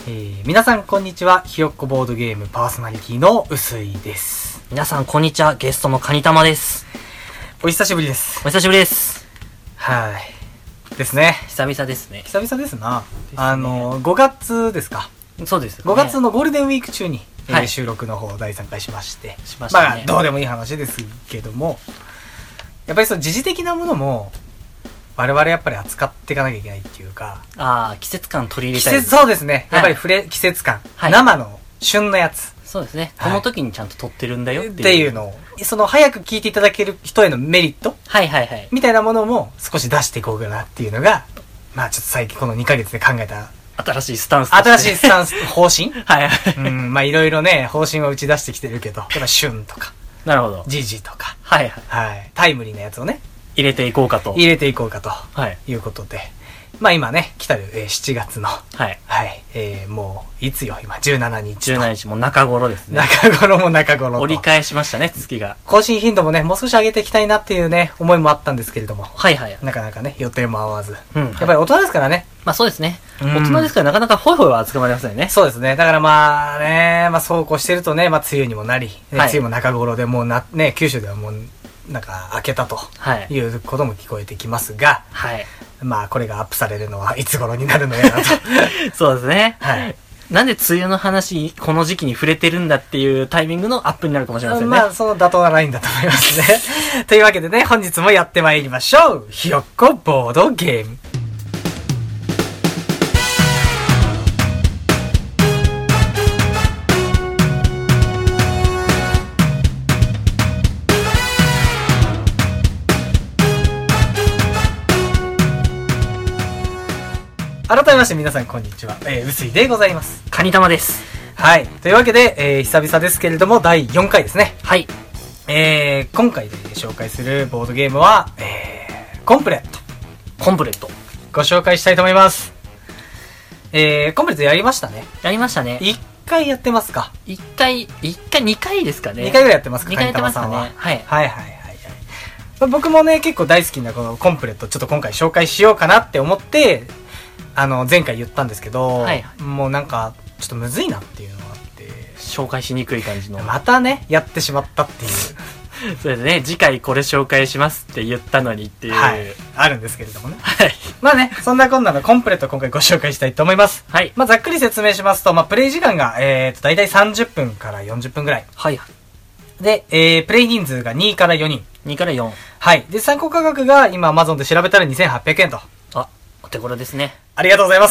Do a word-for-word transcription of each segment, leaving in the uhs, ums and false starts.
えー、皆さんこんにちは。ひよっこボードゲームパーソナリティのうすいです。 皆さんこんにちは。ゲストのカニタマです。 お久しぶりです。 お久しぶりです。 はい。ですね。 久々ですね。 久々ですな。ですね、あの、ごがつですか。 そうです、ね。 ごがつのゴールデンウィーク中に、はい、えー、収録の方をだいさんかいしまして。 しましたね。 まあ、どうでもいい話ですけども、やっぱりその時事的なものも、我々やっぱり扱っていかなきゃいけないっていうか。 ああ、季節感取り入れたい。 季節、そうですね。やっぱり触れ、はい、季節感、はい。生の旬のやつ。 そうですね。この時にちゃんと撮ってるんだよっていう。 っていうのを、その早く聞いていただける人へのメリット。 はいはいはい。 みたいなものも少し出していこうかなっていうのが、まあちょっと最近このにかげつで考えた。 新しいスタンス。 新しいスタンス、方針はいはい。 うん、まあいろいろね、方針は打ち出してきてるけど、例えば旬とか。 なるほど。 時事とか。 はいはい。 はい。タイムリーなやつをね。 入れていこうかと。 入れていこうかと。 はい。 いうことで。まあ今ね、来たる、えー、しちがつの。 はい。 はい。えー、もう、いつよ、今、じゅうしちにち。 じゅうしちにち、もう中頃ですね。 中頃も中頃と。 折り返しましたね、月が。 更新頻度もね、もう少し上げていきたいなっていうね、思いもあったんですけれども。 はいはい。 なかなかね、予定も合わず。 うん。 やっぱり大人ですからね。 まあそうですね。大人ですからなかなかホイホイは集まりませんね。 そうですね。だからまあね、まあそうこうしてるとね、まあ梅雨にもなり、ね、はい、梅雨も中頃でもうな、ね、九州ではもう、なんか明けたということも聞こえてきますが、 はい。 まあこれがアップされるのはいつ頃になるのやなと。 そうですね。 はい。 なんで梅雨の話、この時期に触れてるんだっていうタイミングのアップになるかもしれませんね。 まあその妥当なラインだと思いますね。というわけでね、本日もやってまいりましょう。ひよっこボードゲーム。改めまして皆さんこんにちは。えー、うすいでございます。 カニタマです。 はい。というわけで、えー、久々ですけれども、だいよんかいですね。 はい。 えー、今回で紹介するボードゲームは、えー、コンプレット。 コンプレット。 ご紹介したいと思います。えー、コンプレットやりましたね。 やりましたね。 いっかいやってますか？ いっかい、いっかい、にかいですかね。 にかいぐらいやってますか？ にかいやってますかね。 はい。 はい。 はいはいはいはい。僕もね、結構大好きなこのコンプレット、ちょっと今回紹介しようかなって思って、あの前回言ったんですけど、はい、もうなんかちょっとむずいなっていうのがあって紹介しにくい感じのまたねやってしまったっていうそうですね、次回これ紹介しますって言ったのにっていう、 はい、あるんですけれどもね、 はい、 まあねそんなこんなのコンプレット今回ご紹介したいと思います。 はい、 まあざっくり説明しますと、まあプレイ時間がえーとだいたいさんじゅっぷんからよんじゅっぷんぐらい、 はい、 で、えー、プレイ人数がにからよにん、 にからよん、 はい、で参考価格が今 Amazon で調べたらにせんはっぴゃくえんと。 あ、お手頃ですね。 ありがとうございます。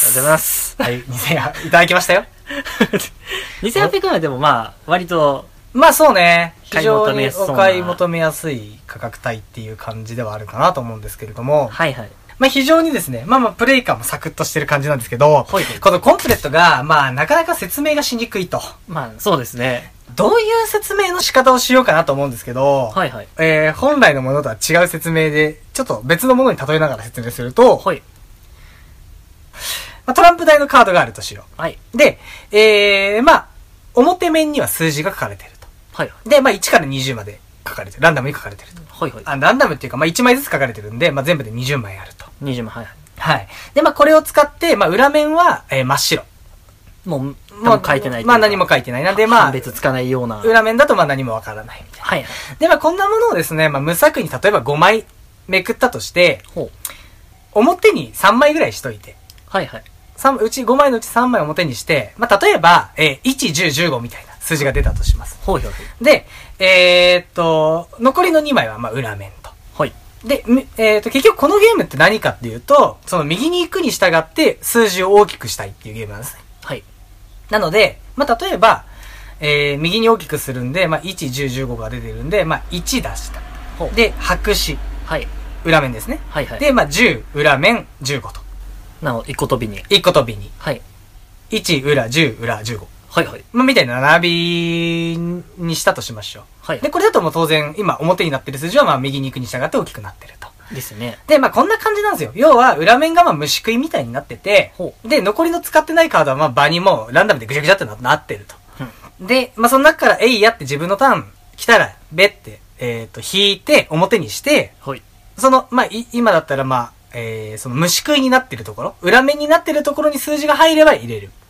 ありがとうございます。 はい、にせんえんいただきましたよ。 にせんはっぴゃくえんはでもまあ、割と、 まあそうね、非常にお買い求めやすい価格帯っていう感じではあるかなと思うんですけれども、 はいはい。 まあ非常にですね、まあまあプレイ感もサクッとしてる感じなんですけど、 はい、 このコンプレットが、まあなかなか説明がしにくいと。 まあそうですね。 どういう説明の仕方をしようかなと思うんですけど、 はいはい。 えー、本来のものとは違う説明で、ちょっと別のものに例えながら説明すると、 はい。 まあ、トランプ台のカードがあるとしよう。 はい。 で、えー、まあ、表面には数字が書かれていると。 はい。 で、まあいちからにじゅうまで書かれてる。ランダムに書かれてると。 はいはい。 あ、ランダムっていうか、まあいちまいずつ書かれてるんで、まあ全部でにじゅうまいあると。 にじゅうまい、はいはい。 はい。で、まあこれを使って、まあ裏面は、えー、真っ白。 もう、もう書いてない。 まあ何も書いてない。なんでまあ、 判別つかないような。 裏面だとまあ何もわからないみたいな。 はい。 で、まあこんなものをですね、まあ無作為に例えばごまいめくったとして、 ほう。 表にさんまいぐらいしといて。 はいはい。 うちごまいのうちさんまい表にして、まあ例えば、えー、いち、じゅう、じゅうごみたいな数字が出たとします。 ほいほい。 で、えー、っと、残りのにまいはまあ裏面と。 はい。 で、えー、っと、結局このゲームって何かっていうと、その右に行くに従って数字を大きくしたいっていうゲームなんですね。 はい。 なので、まあ例えば、えー、右に大きくするんで、まあいち、じゅう、じゅうごが出てるんで、まあいち出した。で、白紙。 はい。 裏面ですね。 はいはい。 で、まあじゅう、裏面、じゅうごと。 なお、一個飛びに。 一個飛びに。 はい。 いち、裏、じゅう、裏、じゅうご。 はいはい。 まあ、みたいな並びにしたとしましょう。 はい。 で、これだともう当然、今表になってる数字はまあ右に行くに従って大きくなってると。 ですね。 で、まあこんな感じなんですよ。要は、裏面がまあ虫食いみたいになってて、で、残りの使ってないカードはまあ場にもうランダムでぐちゃぐちゃってなってると。うん、で、まあその中から、えいやって自分のターン来たら、べって、えっと、引いて、表にして、 はい。 その、まあ、い、今だったらまあ、えー、その虫食いになってるところ、裏面になってるところに数字が入れば入れる。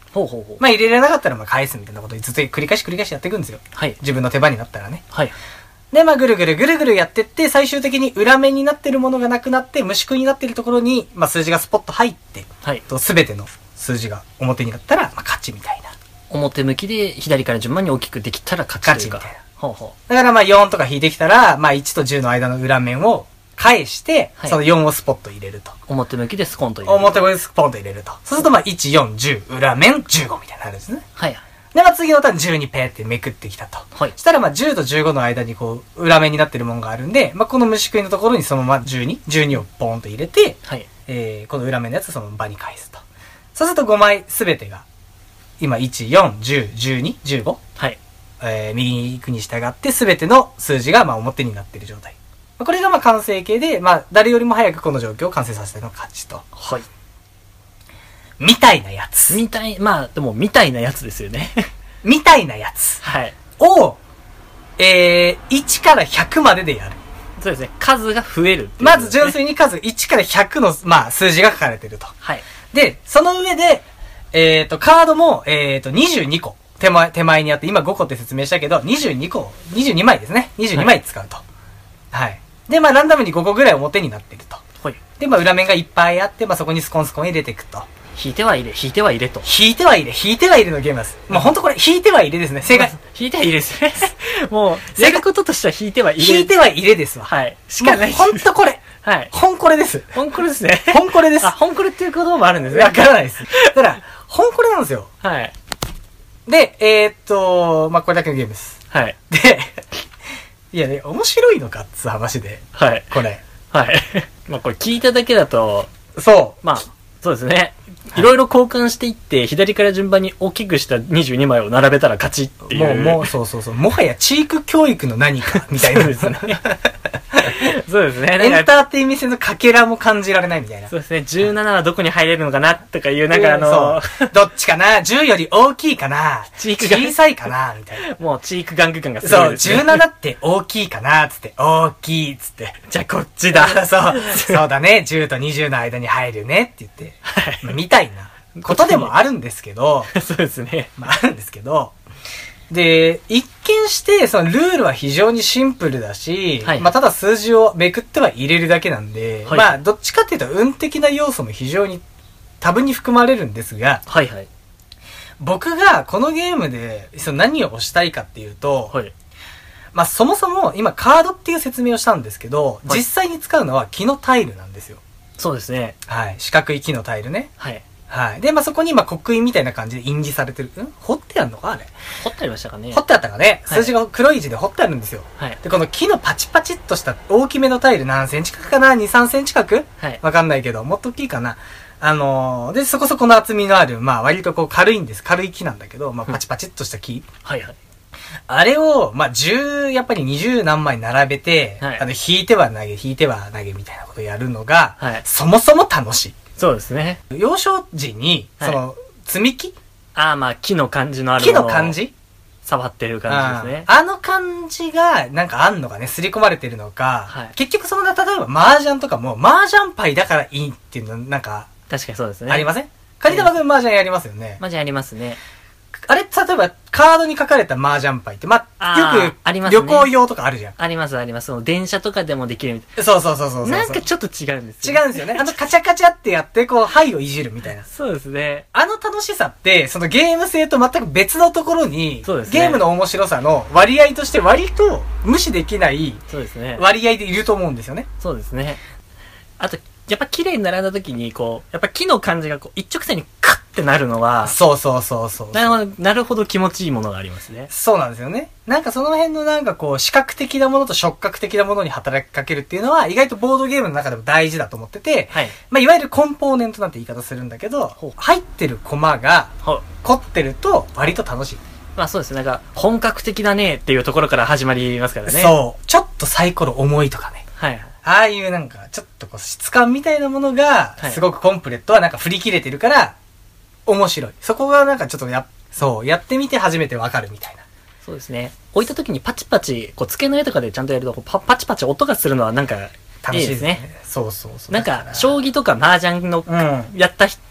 ほうほうほう。 まあ入れれなかったらまあ返すみたいなことにずっと繰り返し繰り返しやっていくんですよ。 はい。 自分の手番になったらね。 はい。 で、まあぐるぐるぐるぐるやってって、最終的に裏面になってるものがなくなって、虫食いになってるところに、まあ数字がスポッと入って、 はい。 と、すべての数字が表になったら、まあ勝ちみたいな。 表向きで左から順番に大きくできたら勝ちというか。 勝ちみたいな。 ほうほう。だからまあよんとか引いてきたら、まあいちとじゅうの間の裏面を返して、はい、そのよんをスポッと入れると。 表向きでスコンと入れる。 表向きでスポンと入れると。そうするとまあいち、よん、じゅう、裏面じゅうごみたいになるんですね。 はい。 で、まあ次のターンじゅうにペーってめくってきたと。はい。したらまあじゅうとじゅうごの間にこう、裏面になってるものがあるんで、まあこの虫食いのところにそのままじゅうに、じゅうにをポーンと入れて、はい。えー、この裏面のやつその場に返すと。そうするとごまいすべてが、今いち、よん、じゅう、じゅうに、じゅうご。はい。えー、右に行くに従ってすべての数字がまあ表になっている状態。これがまあ完成形で、まあ誰よりも早くこの状況を完成させたのが勝ちと。はい。みたいなやつ。 みたい、まあでもみたいなやつですよね。 みたいなやつ。はい。を、えー、いちからひゃくまででやる。 そうですね。数が増えるっていう、ね。 まず純粋に数いちからひゃくの、まあ数字が書かれてると。はい。で、その上で、えっと、カードも、えっと、にじゅうにこ。手前、手前にあって、今ごこって説明したけど、にじゅうにこ、にじゅうにまいですね。にじゅうにまい使うと。はい。はい。で、まあ、ランダムにごこぐらい表になってると。はい。で、まあ、裏面がいっぱいあって、まあ、そこにスコンスコン入れていくと。 引いては入れ、引いては入れと。 引いては入れ、引いては入れのゲームです。もうほんとこれ、引いては入れですね。正解。 引いては入れですね。もう、やることとしては引いては入れ。 引いては入れですわ。 はい。しかない。 ほんとこれ。はい。本これです。 本これですね。 本これです。 あ、本これっていう言葉もあるんですね。 わからないです。ただ、本これなんですよ。はい。で、えー、っと、まあ、これだけのゲームです。はい。で、いやね、面白いのかっつう話で。はい。これ。 はい。まあ、これ聞いただけだと、 そう。 まあ、そうですね。いろいろ交換していって、左から順番に大きくしたにじゅうにまいを並べたら勝ちっていう。 もう、もう、そうそうそう。もはや地域教育の何か、みたいな。そうですね。 そうですね。 エンターテインメント性のかけらも感じられないみたいな。 そうですね。じゅうななはどこに入れるのかなとかいう、なんかあの、 どっちかな ?じゅう より大きいかなチーク小さいかなみたいな。 もうチーク玩具感がすごいですね。 そう、じゅうななって大きいかなつって、大きいつって。 じゃあこっちだ。 そう、そうだね。じゅうとにじゅうの間に入るねって言って。はい。みたいなことでもあるんですけど。 そうですね。 まああるんですけど。で、一見して、そのルールは非常にシンプルだし、はい、まあただ数字をめくっては入れるだけなんで、はい、まあどっちかっていうと運的な要素も非常に多分に含まれるんですが、はいはい。僕がこのゲームでその何を押したいかっていうと、はい、まあそもそも今カードっていう説明をしたんですけど、はい、実際に使うのは木のタイルなんですよ。 そうですね。 はい。四角い木のタイルね。 はい。 はい。で、まあ、そこに今刻印みたいな感じで印字されてる。ん彫ってあるのかあれ。 彫ってありましたかね。 彫ってあったかね。数字が黒い字で彫ってあるんですよ。はい。で、この木のパチパチっとした大きめのタイル何センチ角かな ?に、さんセンチ角はい。わかんないけど、もっと大きいかな。あのー、で、そこそこの厚みのある、まあ、割とこう軽いんです。軽い木なんだけど、まあ、パチパチっとした木。はいはい。あれを、まあ、じゅう、やっぱりにじゅう何枚並べて、はい、あの、引いては投げ、引いては投げみたいなことをやるのが、はい。そもそも楽しい。 そうですね。 幼少時に、その、はい、積み木ああ、まあ、木の感じのある木の感じ触ってる感じですね。 あの感じが、なんかあんのかね、刷り込まれてるのか、はい、結局その、例えば麻雀とかも、麻雀牌だからいいっていうの、なんか、 確かにそうですね。 ありません？カニタマくん麻雀やりますよね。 麻雀やりますね。 あれ、例えば、カードに書かれた麻雀牌って、まあ、よく、ありますね、旅行用とかあるじゃん。 あります、あります。その電車とかでもできるみたいな。そうそうそうそうそう。 なんかちょっと違うんですよ、ね。違うんですよね。あの、カチャカチャってやって、こう、牌をいじるみたいな。 そうですね。 あの楽しさって、そのゲーム性と全く別のところに、そうですね。ゲームの面白さの割合として割と無視できない、そうですね。割合でいると思うんですよね。 そうですね。あと、やっぱ綺麗に並んだ時に、こう、やっぱ木の感じがこう、一直線にカッってなるのは、 そうそうそうそう。 なるほど、なるほど気持ちいいものがありますね。 そうなんですよね。なんかその辺のなんかこう、視覚的なものと触覚的なものに働きかけるっていうのは、意外とボードゲームの中でも大事だと思ってて、はい。まあ、いわゆるコンポーネントなんて言い方するんだけど、入ってるコマが、凝ってると割と楽しい。 まあそうですね。なんか、本格的だねっていうところから始まりますからね。 そう。ちょっとサイコロ重いとかね。はい。ああいうなんか、ちょっとこう質感みたいなものが、すごくコンプレットはなんか振り切れてるから、面白い。そこがなんかちょっとや、そう、やってみて初めてわかるみたいな。 そうですね。置いた時にパチパチ、こう、付けの絵とかでちゃんとやると、パパチパチ音がするのはなんか、 楽しいですね。そうそうそう。 なんか、将棋とか麻雀の、うん、やった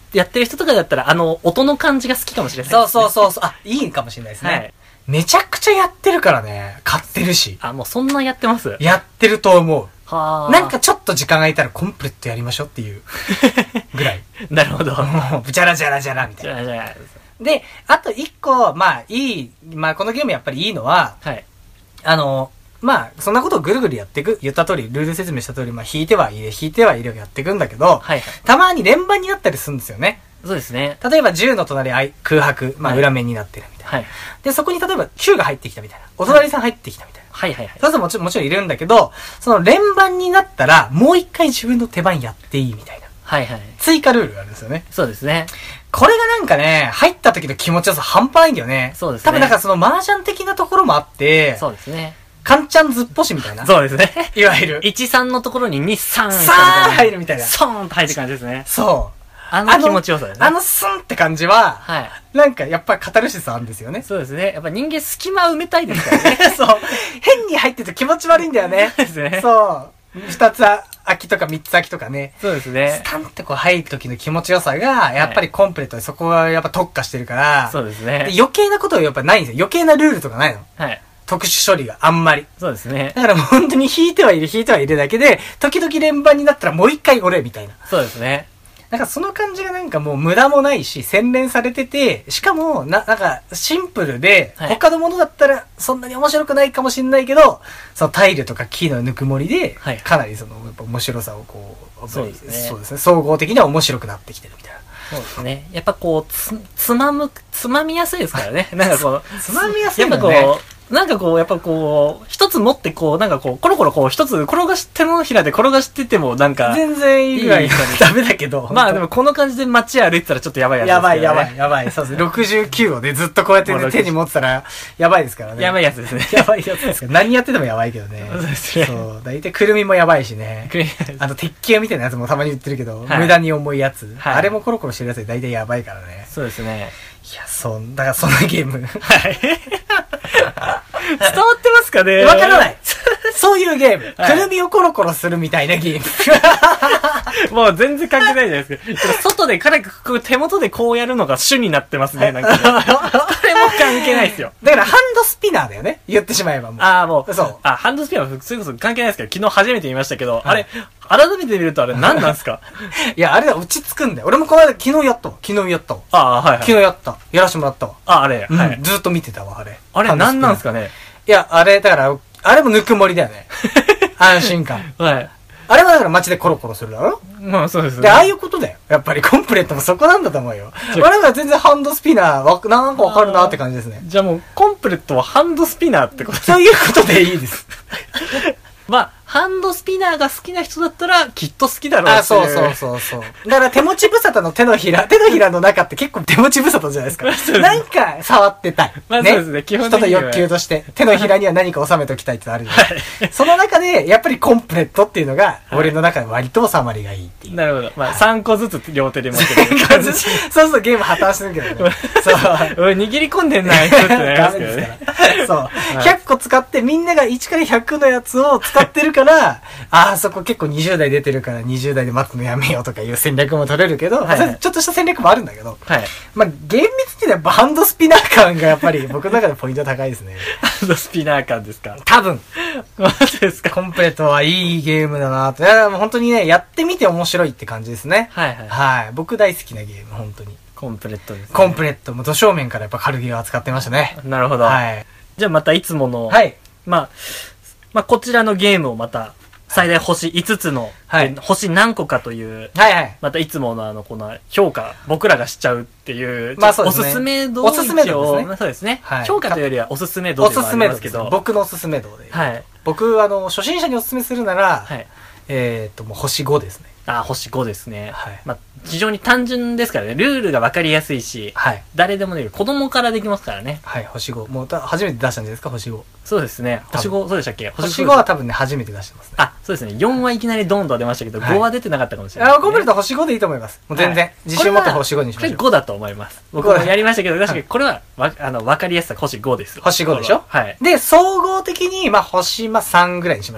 やってる人とかだったら、あの、音の感じが好きかもしれないです、 そね。 うそうそうそう。あ、いいかもしれないですね。はい。めちゃくちゃやってるからね。買ってるし。 あ、もうそんなやってます？ やってると思う。 はあ。 なんかちょっと時間空いたらコンプレットやりましょうっていうぐらい。 なるほど。 もう、じゃらじゃらじゃらみたいな。 じゃらじゃら。 で、あと一個、まあいい、まあこのゲームやっぱりいいのは、 はい。 あの、まあ、そんなことをぐるぐるやっていく、言った通り、ルール説明した通り、まあ引いてはいれ、引いてはいれをやっていくんだけど、はいはい、たまに連番になったりするんですよね。 そうですね。 例えばじゅうの隣空白、まあ裏面になってるみたいな。はい、で、そこに例えばきゅうが入ってきたみたいな。お隣さん入ってきたみたいな。はいはいはい。そうするともちろん、もちろんいるんだけど、その連番になったら、もう一回自分の手番やっていいみたいな。はいはい。追加ルールがあるんですよね。 そうですね。 これがなんかね、入った時の気持ちよさ半端ないんだよね。そうですね。多分なんかその麻雀的なところもあって、そうですね。カンちゃんずっぽしみたいな。そうですね。いわゆる。いち、さんのところにに、さん。さー入るみたいな。ソーンと入る感じですね。そう。あの気持ちよさですね。あのスンって感じは、はい。なんかやっぱりカタルシスあるんですよね。そうですね。やっぱ人間隙間埋めたいですからね。そう。変に入ってて気持ち悪いんだよね。そうですね。そう。二つ空きとか三つ空きとかね。そうですね。スタンってこう入る時の気持ちよさが、やっぱりコンプレートでそこはやっぱ特化してるから、そうですね。余計なことはやっぱないんですよ。余計なルールとかないの。はい。特殊処理があんまり。そうですね。だからもう本当に引いてはいる、引いてはいるだけで、時々連番になったらもう一回俺みたいな。そうですね。なんかその感じがなんかもう無駄もないし、洗練されてて、しかも、な、なんかシンプルで、はい、他のものだったらそんなに面白くないかもしれないけど、そのタイルとか木のぬくもりで、はい、かなりその、やっぱ面白さをこう、そうですね。そうですね。総合的には面白くなってきてるみたいな。そうですね。やっぱこう、つ、つまむ、つまみやすいですからね。なんかこう、つまみやすいんだね。やっぱこう、なんかこう、やっぱこう、一つ持ってこう、なんかこう、コロコロこう、一つ転がし、手のひらで転がしてても、なんか。全然いいぐらいダメだけど。まあでもこの感じで街歩いてたらちょっとやばいやつですからね。やばいやばいやばい。そうですね。ろくじゅうきゅうをね、ずっとこうやってね、手に持ってたら、やばいですからね。やばいやつですね。やばいやつですから。何やっててもやばいけどね。そうですね。そう。だいたいくるみもやばいしね。あと、鉄球みたいなやつもたまに言ってるけど、無駄に重いやつ。あれもコロコロしてるやつでだいたいやばいからね。そうですね。いや、そう、だからそのゲーム。はい。伝わってますかね？わからない。そういうゲーム。はい、くるみをコロコロするみたいなゲーム。もう全然関係ないじゃないですか。外で彼が手元でこうやるのが主になってますね。なんかね。これも関係ないですよ。だからハンドスピナーだよね。言ってしまえばもう。ああ、もう。そう。あ、ハンドスピナーはそれこそ関係ないですけど、昨日初めて見ましたけど、はい、あれ、改めて見るとあれ何なんすか？いや、あれだ、落ち着くんだよ。俺もこの間昨日やったわ。昨日やったわ。ああ、はい、はい。昨日やった。やらしてもらったわ。あ、あれ、うん、はい。ずっと見てたわ、あれ。あれ、何なんすかね？いや、あれ、だから、あれもぬくもりだよね。安心感。はい。あれはだから街でコロコロするだろ？まあそうですね。で、ああいうことだよ。やっぱりコンプレットもそこなんだと思うよ。俺は全然ハンドスピナーわ、なんかわかるなって感じですね。じゃあもう、コンプレットはハンドスピナーってことそういうことでいいです。まあ、ハンドスピナーが好きな人だったら、きっと好きだろうって。あ、そうそうそうそう。だから手持ち無沙汰の手のひら、手のひらの中って結構手持ち無沙汰じゃないですか。なんか触ってたい。まあそうですね、基本的に。人の欲求として、手のひらには何か収めておきたいってのあるじゃないですか。その中で、やっぱりコンプレットっていうのが、俺の中で割と収まりがいいっていう。なるほど。まあさんこずつ両手で持ってる感じ。そうそう、ゲーム破綻してるけどね。そう。握り込んでんな、あいつってなりますけどね。そう。ひゃっこ使って、みんながいちからひゃくのやつを使ってるから、ああ、そこ結構にじゅう代出てるからにじゅう代で待つのやめようとかいう戦略も取れるけど、はいはい、ちょっとした戦略もあるんだけど、はい、まあ厳密にはやっぱハンドスピナー感がやっぱり僕の中でポイント高いですね。ハンドスピナー感ですか？多分。本当ですか？コンプレットはいいゲームだなと。いや、もう本当にね、やってみて面白いって感じですね。はいはい。はい。僕大好きなゲーム、本当に。コンプレットですね。コンプレット。もう、ど正面からやっぱ軽ゲーを扱ってましたね。なるほど。はい。じゃあまたいつもの、はい。まあ、まあこちらのゲームをまた、最大星いつつの、はい、星何個かという、はいはい。またいつものあの、この評価、僕らがしちゃうっていう、まあそうですね。おすすめ度を、おすすめ度ですね。そうですね。はい。評価というよりはおすすめ度ではありますけど。おすすめ度です。僕のおすすめ度で。はい。僕、あの、初心者におすすめするなら、はい。えっと、もう星ごですね。あ、星ごですね。はい。まあ、非常に単純ですからね。ルールが分かりやすいし、はい。誰でもできる。子供からできますからね。はい、星ご。もうた、初めて出したんじゃないですか、星ご。そうですね。星ご、そうでしたっけ？星ごは多分ね、初めて出してますね。あ、そうですね。よんはいきなりドーンとは出ましたけど、はい、ごは出てなかったかもしれない、ね。あ、コンプレート星ごでいいと思います。もう全然。はい、自信持って星ごにしましょう。これごだと思います。僕もやりましたけど、確かにこれは、わ、あの、分かりやすさ星ごです。星ごでしょ？はい。で、総合的に、まあ、星、まあ、さんぐらいにしましょうか。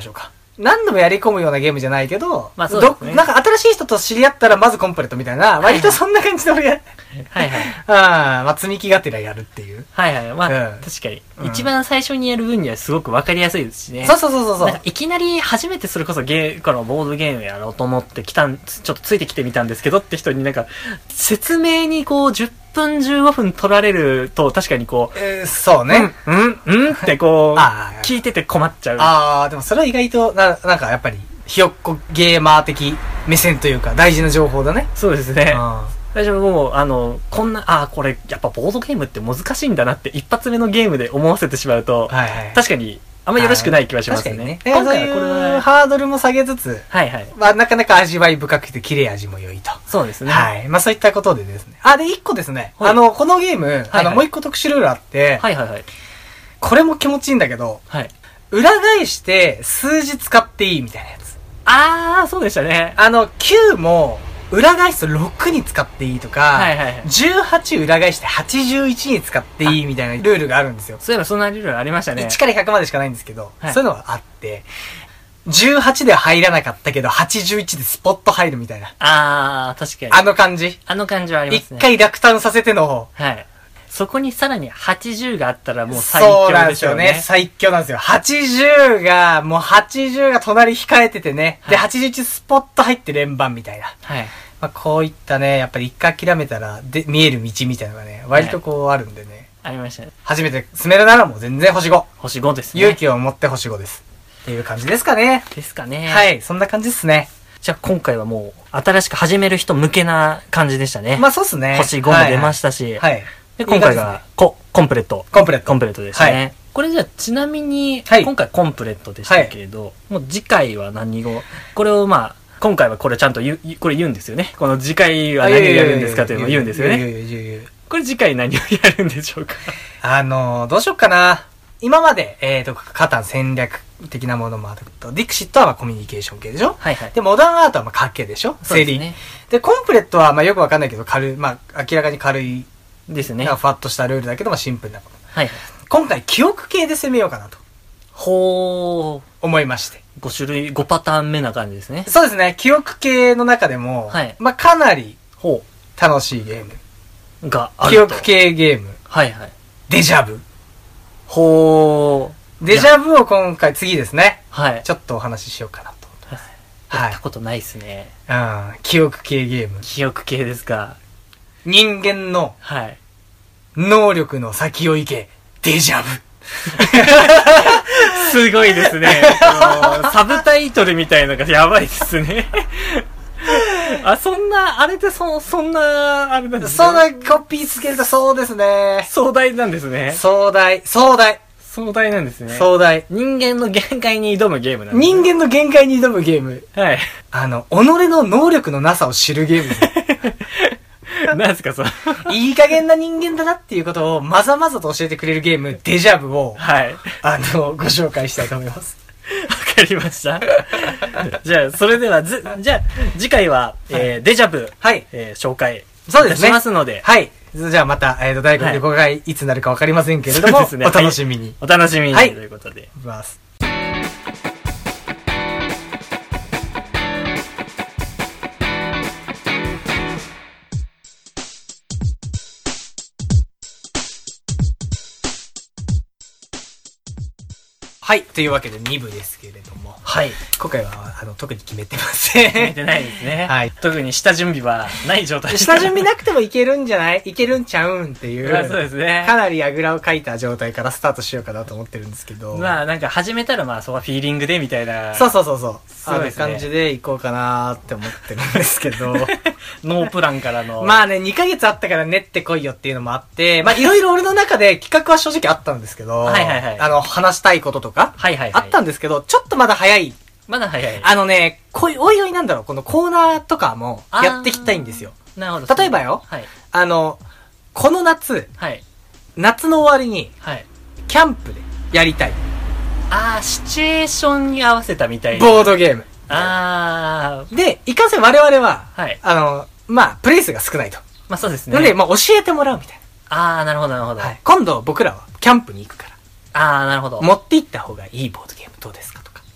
何度もやり込むようなゲームじゃないけど、 まあそうですね。 なんか新しい人と知り合ったらまずコンプレットみたいな、割とそんな感じで俺が、 はいはい。 ああ、まあ積み木がてらやるっていう。 はいはい。まあ、 うん、 確かに、 うん。 一番最初にやる分にはすごくわかりやすいですしね。 そうそうそうそう。 なんかいきなり初めてそれこそゲー、このボードゲームやろうと思ってきたん、ちょっとついてきてみたんですけどって人になんか、説明にこうじゅっぷんじゅうごふん取られると確かにこう、 えー、そうね。 うん、うん、うんってこう、聞いてて困っちゃう。 ああ、でもそれは意外とな、なんかやっぱり、ひよっこゲーマー的目線というか大事な情報だね。 そうですね。最初もう、あの、こんな、ああ、これ、やっぱボードゲームって難しいんだなって一発目のゲームで思わせてしまうと、はいはい、確かに、あんまよろしくない気はしますね。確かにね。 今回はこれは、ハードルも下げつつ、はいはい。まあ、なかなか味わい深くて切れ味も良いと。 そうですね。 はい。まあ、そういったことでですね。あ、で、一個ですね。はい、あの、このゲーム、はいはい、あの、もう一個特殊ルールあって、はいはいはい。これも気持ちいいんだけど、はい。裏返して数字使っていいみたいなやつ。 あー、そうでしたね。 あの、きゅうも、裏返すとろくに使っていいとか、はいはいはい、じゅうはち裏返してはちじゅういちに使っていいみたいなルールがあるんですよ。 そういえばそんなルールありましたね。 いちからひゃくまでしかないんですけど、はい、そういうのがあって、じゅうはちでは入らなかったけど、はちじゅういちでスポット入るみたいな。 あー、確かに。 あの感じ。 あの感じはありますね。 一回落胆させての方。 はい。そこにさらにはちじゅうがあったらもう最強ですよね。そうなんですよね。 最強なんですよ。はちじゅうが、もうはちじゅうが隣控えててね。はい、で、はちじゅういちスポット入って連番みたいな。はい。まあ、こういったね、やっぱり一回諦めたら、で、見える道みたいなのがね、割とこうあるんでね。 はい、ありましたね。 初めて進めるならもう全然星ご。 星ごですね。 勇気を持って星ごです。っていう感じですかね。 ですかね。 はい、そんな感じですね。 じゃあ今回はもう、新しく始める人向けな感じでしたね。 まあそうっすね。 星ごも出ましたし。はい、はい。で、今回が、コ、コンプレット。 コンプレット。 コンプレットでしたね。はい、これじゃあ、ちなみに、はい、今回コンプレットでしたけれど、はい、もう次回は何を、これをまあ、今回はこれちゃんと言う、これ言うんですよね。この次回は何をやるんですかというのを言うんですよね。これ次回何をやるんでしょうか。 あのー、どうしよっかな。今まで、えっと、カタン戦略的なものもあると、ディクシットはまあコミュニケーション系でしょ。はいはい。で、モダンアートはまあ賭けでしょ。整理。で、で、コンプレットはまあよくわかんないけど、軽い、まあ明らかに軽い。 ですね。 ふわっとしたルールだけど、まあシンプルなこと。はい。今回、記憶系で攻めようかなと。 ほー。 思いまして。 ご種類、ごパターン目な感じですね。 そうですね。記憶系の中でも、はい。まあかなり、ほう。楽しいゲーム。 があると。記憶系ゲーム。 はいはい。 デジャブ。 ほー。デジャブを今回、次ですね。 はい。 ちょっとお話ししようかなと思ってます。 はい。やったことないですね。 うん。記憶系ゲーム。 記憶系ですか。 人間の、 はい。 能力の先を行け、デジャブ。 すごいですね。サブタイトルみたいなのがやばいですね。あ、そんな、あれでそ、そんな、あれなんですね。 そんなコピーつけるとそうですね。 壮大なんですね。 壮大、壮大。 壮大なんですね。 壮大。 人間の限界に挑むゲームなんですね。人間の限界に挑むゲーム。 はい。 あの、己の能力のなさを知るゲームです。 なんすか、その。 いい加減な人間だなっていうことをまざまざと教えてくれるゲーム、デジャブを、はい。あの、ご紹介したいと思います。 わかりました。じゃあ、それでは、ず、じゃあ、次回は、はい、えー、デジャブ、はい。えー、紹介、そうですね。しますので。 はい。じゃあまた、えっ、ー、と、だいごかいいつになるかわかりませんけれども、そうですね、お楽しみに。はい、 お楽しみに、はい、ということで。いきます。 はい。というわけでに部ですけれども。 はい。 今回は、あの、特に決めてません。決めてないですね。はい。特に下準備はない状態です。 下準備なくてもいけるんじゃないいけるんちゃうんっていう。 まあそうですね。 かなりあぐらをかいた状態からスタートしようかなと思ってるんですけど。 まあなんか始めたらまあそこはフィーリングでみたいな。 そうそうそうそう。そういう感じで行こうかなって思ってるんですけど。 ノープランからの。 まあね、にかげつあったから練ってこいよっていうのもあって、まあいろいろ俺の中で企画は正直あったんですけど。はいはいはい。あの、話したいこととか。はいはいはい。あったんですけど、ちょっとまだ早い。 まだ早い。 あのね、こい、おいおいなんだろう、このコーナーとかもやっていきたいんですよ。 なるほど。 例えばよ、はい、あの、この夏、はい、夏の終わりに、はい、キャンプでやりたい。 あー、シチュエーションに合わせたみたいな。 ボードゲーム。 あー。で、いかんせん我々は、はい、あの、まあ、プレイ数が少ないと。 まあそうですね。 なんで、まあ教えてもらうみたいな。あー、なるほどなるほど。 はい。今度僕らはキャンプに行くから。 あー、なるほど。 持って行った方がいいボードゲームどうですかとか。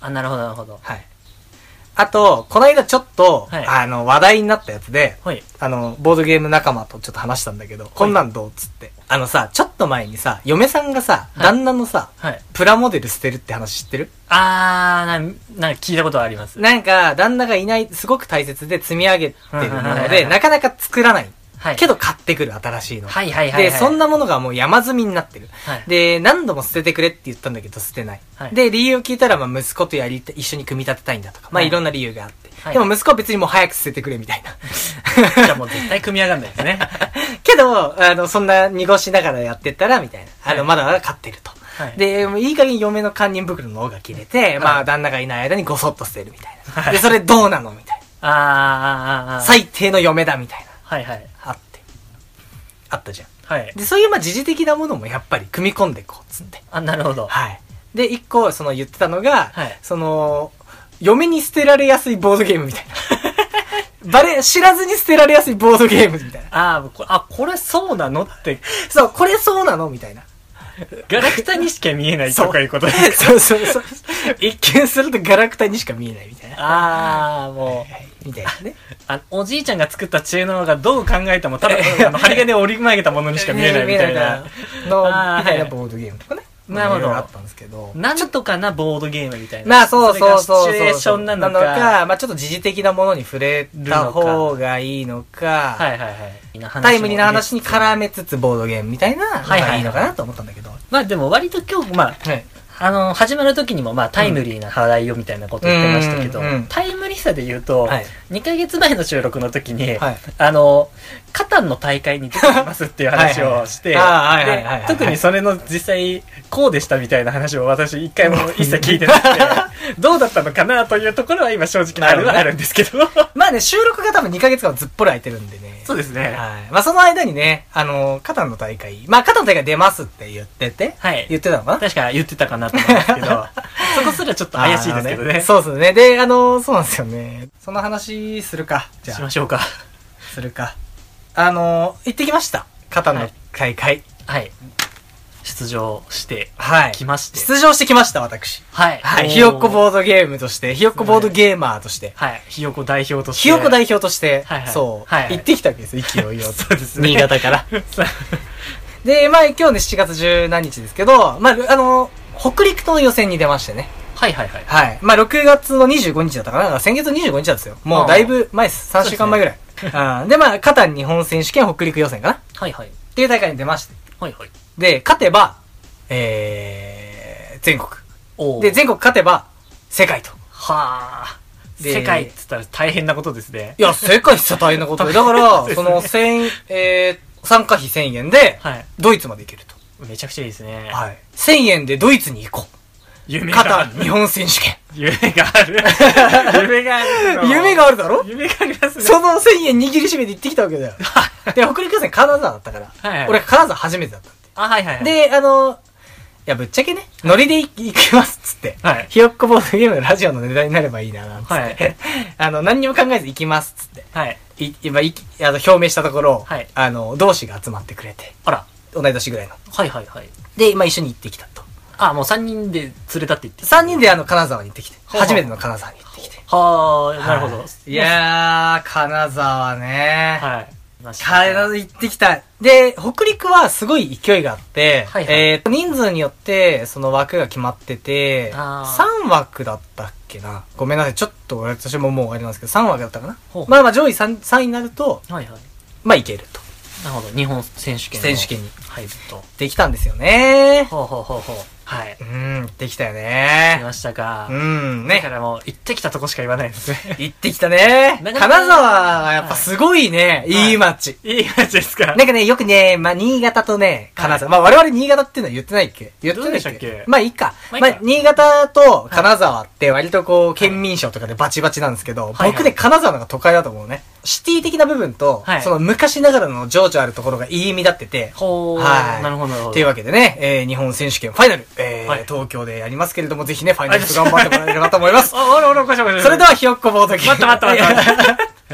あ、なるほどなるほど。 はい。あと、この間ちょっと、 はい、 あの、話題になったやつで、 はい、 あの、ボードゲーム仲間とちょっと話したんだけど、はい、こんなんどうっつって。あのさ、ちょっと前にさ、嫁さんがさ、はい、旦那のさ、はい、プラモデル捨てるって話知ってる？ あー、なん、なんか聞いたことはあります。 なんか、旦那がいない、すごく大切で積み上げてるもので、なかなか作らない。はい、けど買ってくる新しいの。 はいはいはい、はい。 で、そんなものがもう山積みになってる。はい、で、何度も捨ててくれって言ったんだけど捨てない。はい、で、理由を聞いたら、まあ息子とやり、一緒に組み立てたいんだとか、まあいろんな理由があって。はい、でも息子は別にもう早く捨ててくれみたいな。 じゃあもう絶対組み上がんないですね。 けど、あの、そんな濁しながらやってったら、みたいな。あの、はい、まだまだ買ってると。はい、で、いい加減嫁の堪忍袋の尾が切れて、はい、まあ旦那がいない間にごそっと捨てるみたいな。はい、で、それどうなのみたいな。あーあーあー。最低の嫁だみたいな。はいはい。あって。あったじゃん。はい。で、そういうまあ時事的なものもやっぱり組み込んでいこうっつって。 あ、なるほど。 はい。で、一個、その言ってたのが、はい、その、嫁に捨てられやすいボードゲームみたいな。バレ、知らずに捨てられやすいボードゲームみたいな。 ああ、これ、あ、これそうなのって。 そう、これそうなのみたいな。 ガラクタにしか見えないとかいうことですか？ そうそうそう。一見するとガラクタにしか見えないみたいな。 ああ、もう、はいはい、 みたいなね。 あ、おじいちゃんが作った知恵のがどう考えても、ただ、あの、針金を折り曲げたものにしか見えないみたいな。 の、みたいなボードゲームとかね。 なるほど。 あったんですけど。 なんとかなボードゲームみたいな。 まあそうそうそうそう。 シチュエーションなのか。 なのか、まあちょっと時事的なものに触れた方がいいのか。 はいはいはい。 タイムリーな話に絡めつつボードゲームみたいなのがいいのかなと思ったんだけど。 まあでも割と今日、まあ、はい、あの、始まる時にもまあタイムリーな話題をみたいなこと言ってましたけど、うんうんうん、タイムリーさで言うと、はい、にかげつまえの収録の時に、はい、あの、カタンの大会に出てきますっていう話をして、特にそれの実際こうでしたみたいな話を私一回も一切聞いてなくて、どうだったのかなというところは今正直あるはあるんですけど。 まあね、収録が多分にかげつかんずっぽり空いてるんでね。 そうですね。 はい。まあその間にね、あの、カタンの大会、まあカタンの大会出ますって言ってて、はい。言ってたのかな？ 確か言ってたかなと思うんですけど、そこすらちょっと怪しいですけどね。 ねそうですね。で、あの、そうなんですよね。その話するか。 じゃあ。しましょうか。 するか。あの、行ってきました。カタンの大会。 はい。はい出場してきまして、 はい、出場してきました私はい、はい、ひよっこボードゲームとしてひよっこボードゲーマーとしてはいひよっこ代表としてひよっこ代表として、はいはい、そう、はいはい、行ってきたわけです勢いよそうですね新潟からでまあ今日ねしちがつじゅうなんにちですけどまああの北陸との予選に出ましてねはいはいはいはいまあろくがつのにじゅうごにちだったかな先月のにじゅうごにちなんですよもうだいぶ前ですさんしゅうかんまえぐらいで,、ね、あでまあカタン日本選手権北陸予選かなはいはいっていう大会に出ましてはいはいで勝てばえー、全国。で、全国勝てば、世界と。 はぁ。世界って言ったら大変なことですね。 いや、世界って言ったら大変なことで。だから、その、千、えー、参加費せんえんで、はい、ドイツまで行けると。 めちゃくちゃいいですね。 はい。せんえんでドイツに行こう。夢がある。日本選手権。 夢がある。夢がある。 夢があるだろ夢がありますね。 そのせんえん握りしめて行ってきたわけだよ。で、北陸予選金沢だったから。はいはい、俺金沢初めてだったんで。 あ、はいはい、はい。 で、あの、いや、ぶっちゃけね、ノリで行きますっつって。はい。ひよっこボードゲームのラジオのネタになればいいな、なんつって。はい。あの、何にも考えず行きますっつって。はい。い、今、い、あの、表明したところ、はい。あの、同志が集まってくれて。 あら。 同い年ぐらいの。 はいはいはい。 で、今一緒に行ってきたと。 あ、もう三人で連れたって言って三人であの、金沢に行ってきて。初めての金沢に行ってきて。 はあ、なるほど。 いやー、金沢ね。 はい。 金沢行ってきた。で、北陸はすごい勢いがあって、はいはい、えー、人数によってその枠が決まってて、さんわくだったっけな。ごめんなさい。ちょっと私ももうあれなんですけど、さんわくだったかな。まあまあ上位 3, さんいになると、はいはい、まあいけると。 なるほど。日本選手権選手権に入ると。 できたんですよね。 ほうほうほうほう。はい。 うん、できたよね。 来ましたか。 うん、ね。 だからもう、行ってきたとこしか言わないですね。 行ってきたね。金沢はやっぱすごいね、はい、いい街。 いい街ですか。 なんかね、よくね、まあ、新潟とね、金沢。はい、まあ、我々新潟っていうのは言ってないっけ言ってないっけどうでしたっけまあ、いいか。まあ、まあ、新潟と金沢って割とこう、県民賞とかでバチバチなんですけど、はい、僕ね、金沢のが都会だと思うね。シティ的な部分と、はい、その昔ながらの情緒あるところがいい意味だってて、 ほー。はい。なるほど、なるほど。 というわけでね、えー、日本選手権ファイナル、えーはい、東京でやりますけれども、ぜひね、ファイナル頑張ってもらえればと思います。 あ、あらあら、おかしいおかしい。 それでは、ひよっこボードゲーム。 待って待って待って待って。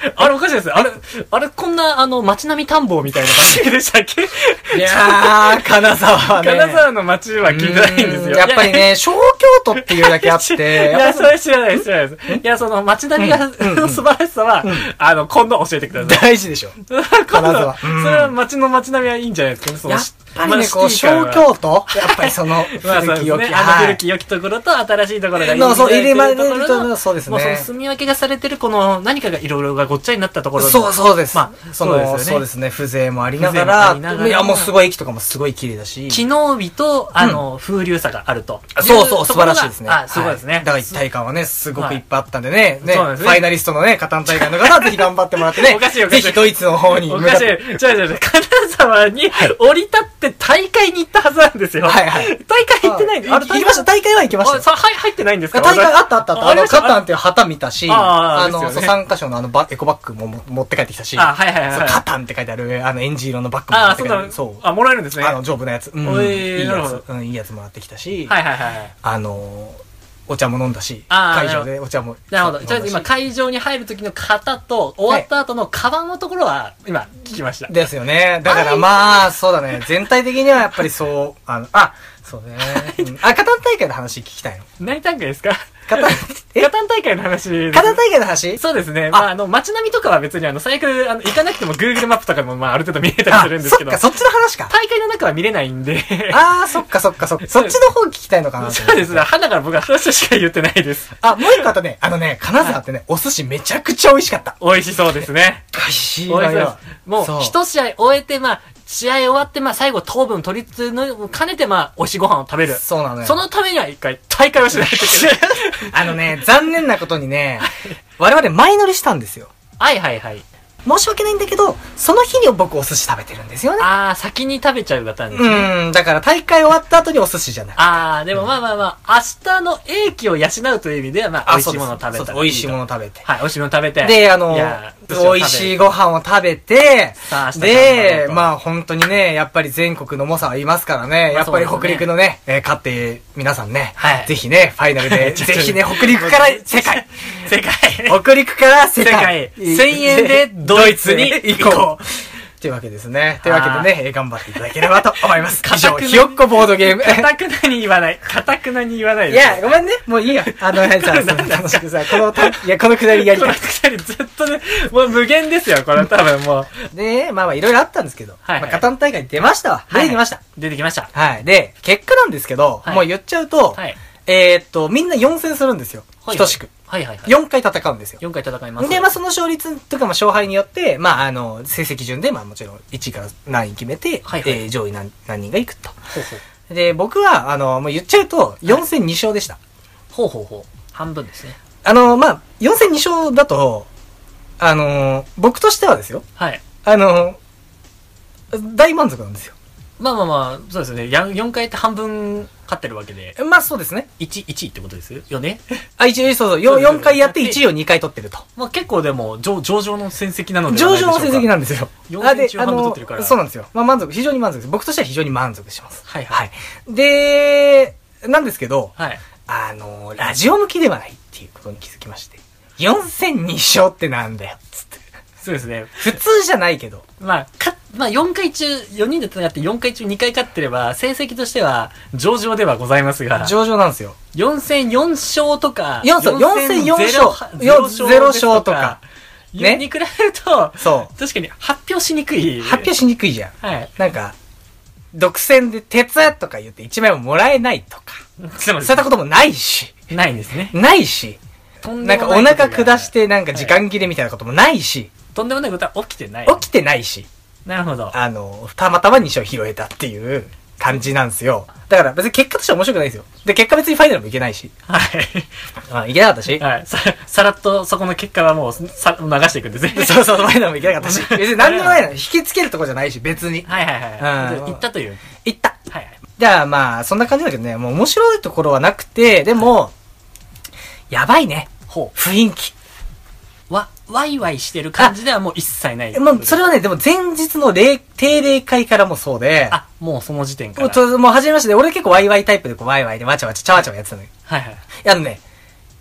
あれおかしいです。あれ、あれこんな、あの、街並み田んぼみたいな感じでしたっけ？ いやー、金沢はね。 金沢の街は聞いてないんですよ。 やっぱりね、小京都っていうだけあって。 いや、それ知らないです、知らないです。いや、その街並みが、の素晴らしさは、あの、今度教えてください。 大事でしょ。金沢。 それは街の街並みはいいんじゃないですかね、その。 やっぱりね、こう、小京都やっぱりその、古き良き。 あの古き良きところと新しいところがいい。 そう、入れまれると、そうですね。 もうその住み分けがされてる、この何かがいろいろがごっちゃになったところ。 そう、そうです。 まあ、 その、そうですね、風情もありながら、いや、もうすごい駅とかもすごい綺麗だし。 機能美と、あの、風流さがあると。 そうそう、素晴らしいですね。 あ、すごいですね。 だから一体感はね、すごくいっぱいあったんでね、ね、ファイナリストのね、カタン大会の方はぜひ頑張ってもらってね、 おかしいおかしい。 ぜひドイツの方に向かって。おかしい。違う違う違う。金沢に降り立って大会に行ったはずなんですよ。 はいはい。 大会行ってないんですあ、行きました。大会は行きました。 さ、はい、入ってないんですか？ 大会あったあったあった。あの、カタンっていう旗見たし、 あの、参加賞のあの、エコバッグも持って帰ってきたし、 あ、はいはいはい。 カタンって書いてある、あの、エンジ色のバッグも持って帰ってきた。 そう。あ、もらえるんですね。 あの、丈夫なやつ。うん。いいやつ。うん、いいやつもらってきたし、 はいはいはい。 あの、お茶も飲んだし、会場でお茶も。 なるほど。とりあえず今会場に入る時の型と、終わった後のカバンのところは、今、聞きました。 ですよね。だからまあ、そうだね。全体的にはやっぱりそう、あの、あ、そうね。あ、カタン大会の話聞きたいの。 何大会ですか？ カタン、 えカタン大会の話。 カタン大会の話？ そうですね。まあ、あの、街並みとかは別にあの、最悪、あの、行かなくても Google マップとかもまあ、ある程度見えたりするんですけど。 そっか、そっちの話か。 大会の中は見れないんで。 ああ、そっかそっかそっか。そっちの方聞きたいのかな。 そうですね。花から僕は話しか言ってないです。 あ、もう一個あとね、あのね、金沢ってね、お寿司めちゃくちゃ美味しかった。 美味しそうですね。 美味しい。 美味しいです。もう、一試合終えて、まあ、試合終わって、まあ、最後糖分取りつつの、兼ねて、まあ、美味しいご飯を食べる。 そうなのよ。 そのためには一回、大会をしないといけない。 あのね、残念なことにね、我々前乗りしたんですよ。 はいはいはい。 申し訳ないんだけど、その日に僕お寿司食べてるんですよね。 ああ、先に食べちゃう方なんですね。 うん、だから大会終わった後にお寿司じゃない。 ああ、でもまあまあまあ、明日の英気を養うという意味では、まあ、美味しいものを食べた。 美味しいものを食べて。 はい、美味しいものを食べて。 で、あの、美味しいご飯を食べて、で、まあ本当にね、やっぱり全国の猛者はいますからね、やっぱり北陸のね、え勝って皆さんね、ぜひね、ファイナルで、ぜひね、北陸から世界世界北陸から世界せんえんでドイツに行こうというわけですね。というわけでね、頑張っていただければと思います。以上、ひよっこボードゲーム。 かたくなに言わない。かたくなに言わないいや、ごめんね。もういいよ。あの、はいさ、楽しくさ、この、いや、このくだりやりたい。 このくだりずっとね、もう無限ですよ、これ多分もう。で、まあまあ、いろいろあったんですけど、まあ、カタン大会出ましたわ。出てきました。 出てきました。 はい。で、結果なんですけど、もう言っちゃうと、えっと、みんなよん戦するんですよ。等しく。 はいはいはい。 よんかい戦うんですよ。 よんかい戦います。 で、まあその勝率とかまあ勝敗によって、まああの、成績順で、まあもちろんいちいから何位決めて、はいはい、えー、上位何何人が行くと。ほうほう。で、僕は、あの、もう言っちゃうと、よん戦に勝でした。 ほうほうほう。半分ですね。 あの、まあ、よん戦に勝だと、あの、僕としてはですよ。 はい。 あの、大満足なんですよ。 まあまあまあ、そうですね。よんかいって半分勝ってるわけで。 まあそうですね。 いち、いちいってことですよね。 あ、いち、そうそう。よんかいやっていちいをにかい取ってると。 まあ結構でも、上、上々の戦績なので上々の戦績なんですよ。 よん戦中半分取ってるから。 そうなんですよ。まあ満足、非常に満足です。僕としては非常に満足します。 はいはい。 で、なんですけど、 はい。 あの、ラジオ向きではないっていうことに気づきまして。よん戦に勝ってなんだよ、つって。 そうですね。 普通じゃないけど。 まあ、か、まあよんかい中、よにんで戦ってよんかい中にかい勝ってれば、成績としては上々ではございますが。 上々なんですよ。 よん戦よん勝とか、 よん戦よん勝、ゼロ勝とか。 ね。に比べると、 そう。 確かに発表しにくい。 発表しにくいじゃん。 はい。 なんか、独占で鉄とか言っていちまいももらえないとか。そういったこともないし。 ないですね。 ないし。なんかお腹下してなんか時間切れみたいなこともないし。 とんでもないことは起きてない。 起きてないし。 なるほど。 あの、たまたまに勝拾えたっていう感じなんですよ。だから別に結果としては面白くないですよ。で、結果別にファイナルもいけないし。 はい。 あ、いけなかったし。 はい。さ、さらっとそこの結果はもうさ、流していくんですね。 そうそう、ファイナルもいけなかったし。別に何でもないの。引きつけるとこじゃないし、別に。 はいはいはい。うん。行ったという。 行った。 はいはい。 じゃあまあ、そんな感じだけどね、もう面白いところはなくて、でも、やばいね。 ほう。 雰囲気。 わ、ワイワイしてる感じではもう一切ない。 もう、それはね、でも前日の例、定例会からもそうで。 あ、もうその時点から。 もう、もう初めましてで、俺結構ワイワイタイプでこうワイワイでわちゃわちゃちゃわちゃわやってたのよ。 はいはい。 あのね、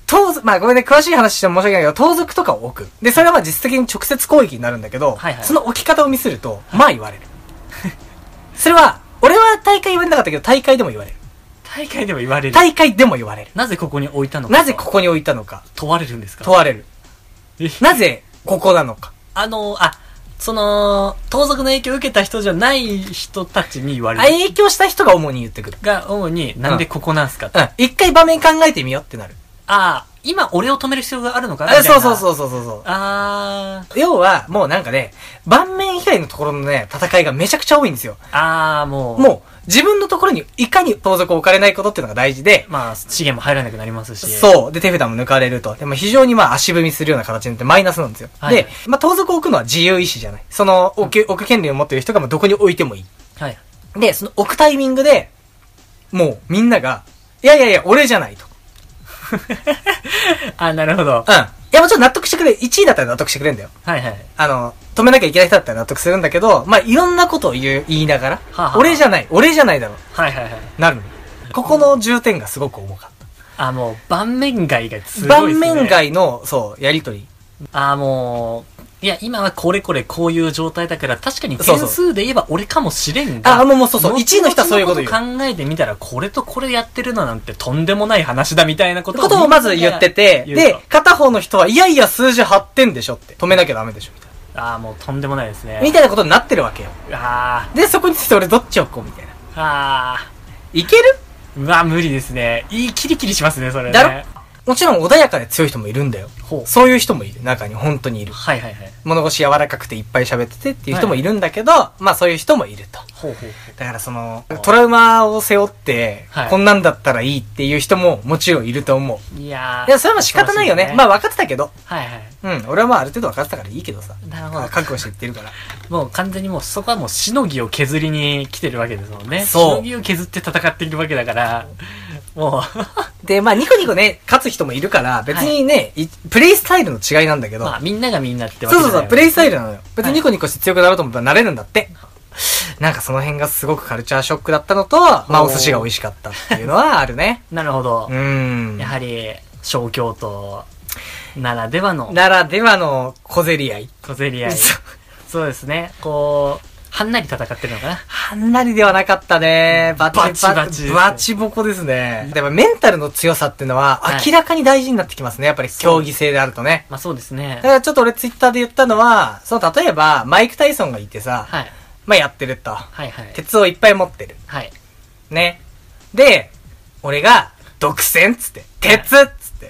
盗賊、まあごめんね、詳しい話しても申し訳ないけど、盗賊とかを置く。で、それはまあ実質的に直接攻撃になるんだけど、はいはい、その置き方をミスると、まあ言われる。それは、俺は大会言われなかったけど、大会でも言われる。 大会でも言われる。 大会でも言われる。 なぜここに置いたのか。 なぜここに置いたのか。 問われるんですか？ 問われる。なぜここなのか。 あの、あ、その、盗賊の影響を受けた人じゃない人たちに言われる。 影響した人が主に言ってくる。 が、主に、なんでここなんすかって。 うん。うん、一回場面考えてみようってなる。 ああ、今俺を止める必要があるのかなみたいな。そうそうそうそうそう。 ああ。要は、もうなんかね、盤面以外のところのね、戦いがめちゃくちゃ多いんですよ。 ああ、もう。 もう、自分のところにいかに盗賊を置かれないことっていうのが大事で。 まあ、資源も入らなくなりますし。 そう。で、手札も抜かれると。でも非常にまあ足踏みするような形になってマイナスなんですよ。はい、で、まあ盗賊を置くのは自由意志じゃない。その置く、置く権利を持っている人がどこに置いてもいい。はい。で、その置くタイミングで、もうみんなが、いやいやいや、俺じゃないと。 あ、なるほど。 うん。いや、もちろん納得してくれ。いちいだったら納得してくれんだよ。 はいはい。 あの、止めなきゃいけない人だったら納得するんだけど、まあ、いろんなことを言う、言いながら、はあはあ、俺じゃない、俺じゃないだろ。 はいはいはい。 なるの。ここの重点がすごく重かった。 あ、もう、盤面外がすごいですね。 盤面外の、そう、やりとり。 あ、もう、いや、今はこれこれこういう状態だから、確かに点数で言えば俺かもしれんが。 あ、もうもうそうそう。いちいの人はそういうこと言う。考えてみたら、これとこれやってるのなんてとんでもない話だみたいなことを。 ことをまず言ってて、で、片方の人は、いやいや数字はってんでしょって。止めなきゃダメでしょみたいな。ああ、もうとんでもないですね。 みたいなことになってるわけよ。 ああ。 で、そこについて俺どっち置こうみたいな。 ああ。 いける？ うわ、無理ですね。いい、キリキリしますね、それね。 だろ？もちろん穏やかで強い人もいるんだよ。そういう人もいる。中に本当にいる。 はいはいはい。 物腰柔らかくていっぱい喋っててっていう人もいるんだけど、はいはい、まあそういう人もいると。ほうほうほう。だからその、トラウマを背負って、はい、こんなんだったらいいっていう人ももちろんいると思う。いやー。いや、それは仕方ないよね。ね、まあ分かってたけど。はいはい。うん。俺はまあある程度分かってたからいいけどさ。なるほど。覚悟して言ってるから。 もう完全にもうそこはもうしのぎを削りに来てるわけですもんね。そう。しのぎを削って戦っているわけだから、もう。で、まあニコニコね、勝つ人もいるから、別にね、はい、プレイスタイルの違いなんだけど。 まあみんながみんなってわけじゃない、 そうそうそう、プレイスタイルなのよ。別にニコニコして強くなろうと思ったらなれるんだって。なんかその辺がすごくカルチャーショックだったのと、まあお寿司が美味しかったっていうのはあるね。 なるほど。うん。やはり、小京都ならではの。 ならではの小競り合い。 小競り合い。そうですね。こう、はんなり戦ってるのかな。 はんなりではなかったね。バチバチ。バチバチボコですね。でもメンタルの強さっていうのは明らかに大事になってきますね。やっぱり競技性であるとね。 まあそうですね。 だからちょっと俺ツイッターで言ったのは、その例えばマイク・タイソンがいてさ、はい、まあやってると。はいはい。鉄をいっぱい持ってる。はい。ね。で、俺が独占っつって、鉄っつって、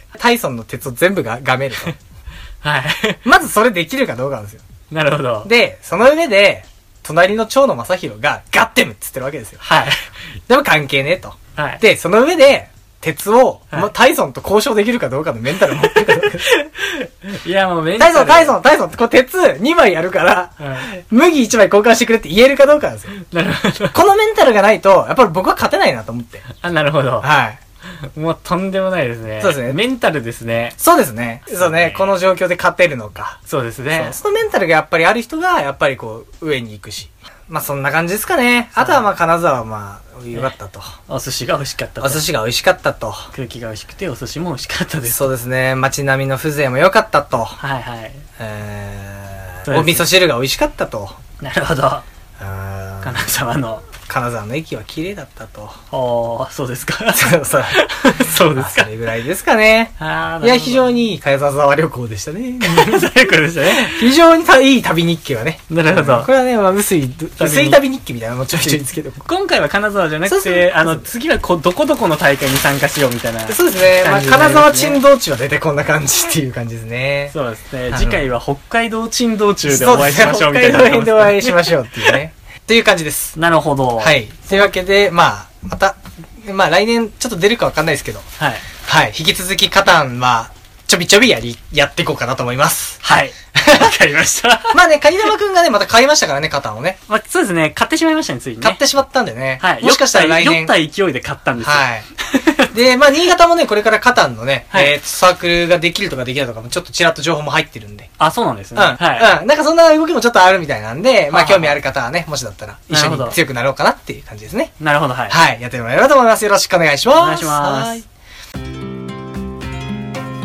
タイソンの鉄を全部が、がめると。はい。まずそれできるかどうかなんですよ。 なるほど。 で、その上で、隣の蝶野正宏がガッテムって言ってるわけですよ。はい。でも関係ねえと。はい。で、その上で、鉄を、はい、まあ、タイソンと交渉できるかどうかのメンタル持ってるかどうか。 いや、もうメンタル。 タイソン、タイソン、タイソンってこう鉄にまいやるから、はい、麦いちまい交換してくれって言えるかどうかなんですよ。なるほど。このメンタルがないと、やっぱり僕は勝てないなと思って。 あ、なるほど。 はい。 もうとんでもないですね。そうですね。メンタルですね。 そうですね。そうね。この状況で勝てるのか。 そうですね。 そのメンタルがやっぱりある人が、やっぱりこう、上に行くし。まあそんな感じですかね。あとはまあ金沢はまあ、よかったと、ね。 お寿司が美味しかったと。 お寿司が美味しかったと。 空気が美味しくてお寿司も美味しかったです。 そうですね。街並みの風情も良かったと。 はいはい。 えー、お味噌汁が美味しかったと。 なるほど。金沢の。 金沢の駅は綺麗だったと。 ああ、そうですか。 そうそう。 そうですか。 それぐらいですかね。いや、非常にいい金沢旅行でしたね。 金沢旅行でしたね。 非常にいい旅日記はね。 なるほど。 これはね、まあ、薄い、薄い旅日記みたいなのもちょいちょいですけど。 今回は金沢じゃなくて、あの、次はこどこどこの大会に参加しようみたいな。 そうですね。まあ、金沢珍道中は出てこんな感じっていう感じですね。 そうですね。次回は北海道珍道中でお会いしましょうみたいな。 北海道編でお会いしましょうっていうね。っていう感じです。 なるほど。 はい。というわけで、まあ、また、まあ来年ちょっと出るかわかんないですけど、はい。はい。引き続きカタンは、ちょびちょびやり、やっていこうかなと思います。 はい。わかりました。 まあね、カニダマくんがね、また買いましたからね、カタンをね。 まあそうですね、買ってしまいましたね、ついにね。 買ってしまったんでね。 はい。 もしかしたら来年。 酔った勢いで買ったんですよ。はい。 で、まあ新潟もね、これからカタンのね、はい、えー、サークルができるとかできないとかもちょっとちらっと情報も入ってるんで。 あ、そうなんですね。 うん。はい。うん。なんかそんな動きもちょっとあるみたいなんで、まあ興味ある方はね、もしだったら一緒に強くなろうかなっていう感じですね。 なるほど、はい。 はい。やってもらえればと思います。よろしくお願いします。 お願いします。はい。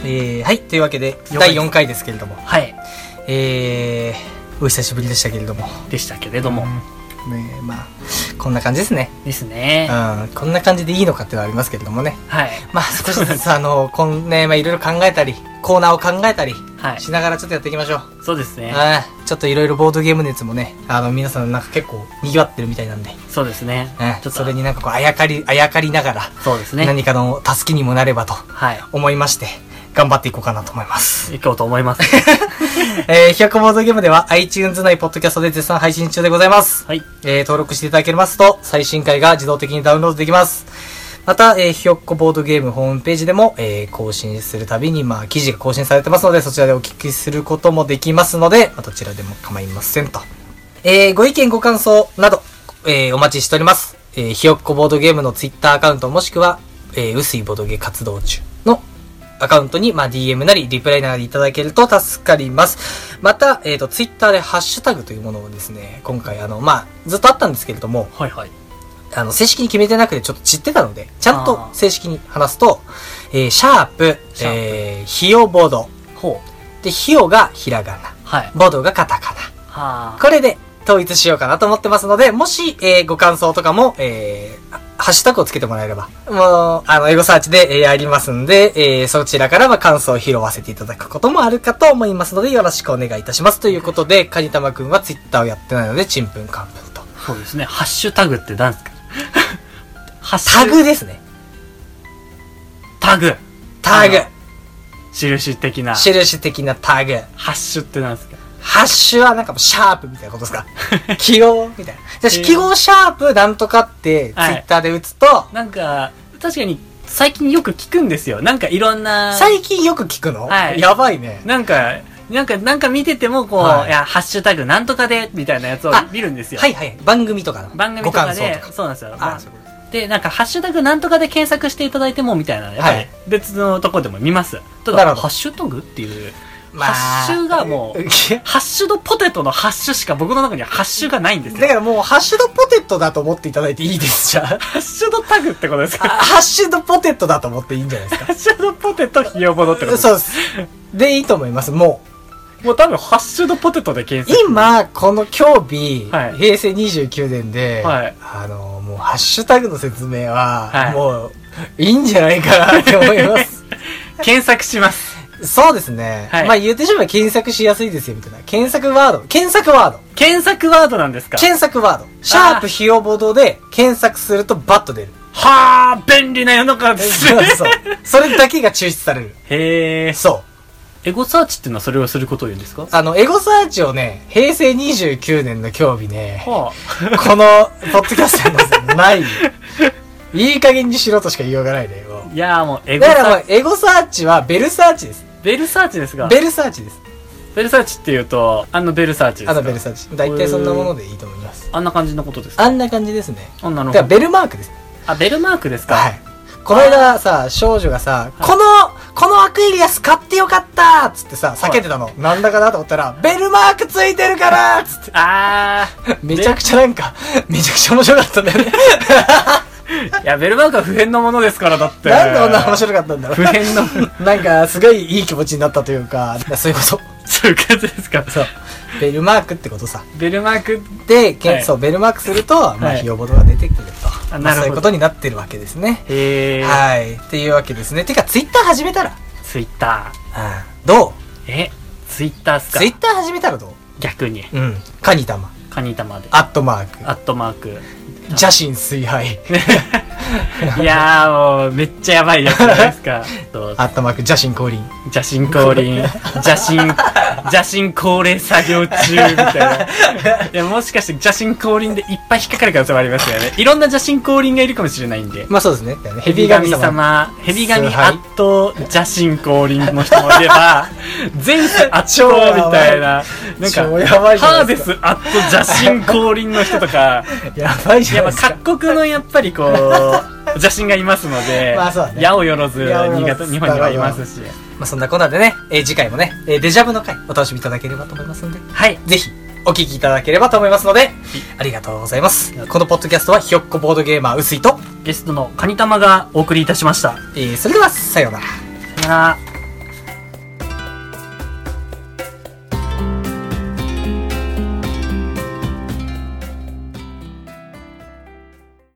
えー、はい。というわけで、だいよんかいですけれども。 はい。 えー、お久しぶりでしたけれども。 でしたけれども。 うん、ねまあ、こんな感じですね。 ですね。 うん。こんな感じでいいのかっていうのはありますけれどもね。 はい。 まあ、少しずつ、あの、こんね、まあ、いろいろ考えたり、コーナーを考えたり、はい。しながらちょっとやっていきましょう。 そうですね。 あちょっといろいろボードゲーム熱もね、あの、皆さんなんか結構賑わってるみたいなんで。 そうですね。 うん。ちょっとそれになんかこう、あやかり、あやかりながら、 そうですね。 何かの助けにもなればと、 はい。 思いまして、頑張っていこうかなと思います。 いこうと思います。 えー、ひゃくボードゲームでは iTunes 内ポッドキャストで絶賛配信中でございます。 はい。 えー、登録していただけますと、最新回が自動的にダウンロードできます。また、えー、ひよっこボードゲームホームページでも、えー、更新するたびに、まあ、記事が更新されてますので、そちらでお聞きすることもできますので、まあ、どちらでも構いませんと。えー、ご意見ご感想など、えー、お待ちしております。えー、ひよっこボードゲームのツイッターアカウントもしくは、えー、うすいボードゲー活動中のアカウントに、まあ、ディーエム なり、リプライなりいただけると助かります。また、えっと、ツイッターでハッシュタグというものをですね、今回、あの、まあ、ずっとあったんですけれども、 はいはい。 あの、正式に決めてなくてちょっと散ってたので、ちゃんと正式に話すと、えー、シャープ、シャープえー、ひよボード。 ほう。で、ひよがひらがな。 はい。 ボードがカタカナ。 はこれで統一しようかなと思ってますので、もし、えー、ご感想とかも、えー、ハッシュタグをつけてもらえれば、もう、あの、エゴサーチで、えー、ありますんで、えー、そちらからは感想を拾わせていただくこともあるかと思いますので、よろしくお願いいたします。ということで、カニタマくんはツイッターをやってないので、ちんぷんかんぷんと。 そうですね。ハッシュタグって何ですか？ ハッシュタグですね。 タグ。 タグ。 印的な。 印的なタグ。 ハッシュって何ですか？ ハッシュはなんかもうシャープみたいなことですか？記号みたいな。じゃあ記号シャープなんとかってツイッターで打つと、はい、 なんか確かに最近よく聞くんですよ。なんかいろんな。 最近よく聞くの？はい。やばいね。 なんかなんかなんか見ててもこう、はい、いやハッシュタグなんとかでみたいなやつを見るんですよ。 はいはい。番組とかの番組とかでそうなんですよ。あ、そうで、なんか、ハッシュタグなんとかで検索していただいても、みたいな、やっぱり、別のとこでも見ます。ただ、ハッシュタグっていう、まあ、ハッシュがもう、ハッシュドポテトのハッシュしか僕の中にはハッシュがないんですよ。 だからもう、ハッシュドポテトだと思っていただいていいですじゃあ。 ハッシュドタグってことですか？ ハッシュドポテトだと思っていいんじゃないですか？ ハッシュドポテトひよぼどってことですか？そうです。で、いいと思います、もう。 もう多分、ハッシュドポテトで検索。 今、この今日日、はい、へいせいにじゅうきゅうねんで、はい、あの、もう、ハッシュタグの説明は、はい、もう、いいんじゃないかなって思います。 検索します。 そうですね。はい、まあ言ってしまえば検索しやすいですよ、みたいな。検索ワード。検索ワード。 検索ワードなんですか？ 検索ワード。シャープひよぼどで検索するとバッと出る。 はぁ、便利な世の中ですね。 そう。それだけが抽出される。 へー。 そう。 エゴサーチっていうのはそれをすることを言うんですか？ あの、エゴサーチをね、へいせいにじゅうきゅうねんの今日日ね、はあ、この、ポッドキャストのない。いい加減にしろとしか言いようがないね。 いやーもう、エゴサーチ。 だからもう、エゴサーチはベルサーチです。 ベルサーチですか？ ベルサーチです。 ベルサーチって言うと、あのベルサーチですか？ あのベルサーチ。大体そんなものでいいと思います。 あんな感じのことですか？ あんな感じですね。 あ、なるほど。 だからベルマークです。 あ、ベルマークですか？ はい。この間さ、少女がさ、この、このアクエリアス買ってよかったっつってさ、叫んでたの。なんだかなと思ったら、ベルマークついてるからっつって。 あー。 めちゃくちゃなんか、めちゃくちゃ面白かったんだよね。 いや、ベルマークは不変のものですから、だって。 なんでこんな面白かったんだろう。 不変の。 なんか、すごいいい気持ちになったというか、そういうこと。 そういう感じですか？ そう。ベルマークってことさ。 ベルマークで、はい、そう、ベルマークすると、まあ、ひよぼどが出てくると。あ、なるほど。まあ、そういうことになってるわけですね。 へー。 はい。っていうわけですね。てか、ツイッター始めたら。 ツイッター。うん。どう？ え、ツイッターっすか？ ツイッター始めたらどう？ 逆に。 うん。カニタマ。 カニタマで。 アットマーク。 アットマーク。 邪神崇拝。 いやーもうめっちゃやばいやつじゃないですか。 アットマーク邪神降臨。 邪神降臨。邪神、邪神高齢作業中みたいな。いや、もしかして邪神降臨でいっぱい引っかかる可能性もありますよね。いろんな邪神降臨がいるかもしれないんで。 まあそうですね。 ヘビ神様、ヘビ神アット邪神降臨の人もいれば、前世アットみたいな、なんか、ハーデスアット邪神降臨の人とか、 やばいじゃないですか。 各国のやっぱりこう、邪神がいますので、まあそうね、矢をよろず新潟、日本にはいますし。 まあそんなこんなでね、えー、次回もね、えー、デジャブの回お楽しみいただければと思いますので、 はい。 ぜひお聞きいただければと思いますので、ありがとうございます。このポッドキャストはひよっこボードゲーマーうすいと、 ゲストのカニタマがお送りいたしました。 えー、それでは、さようなら。 さようなら。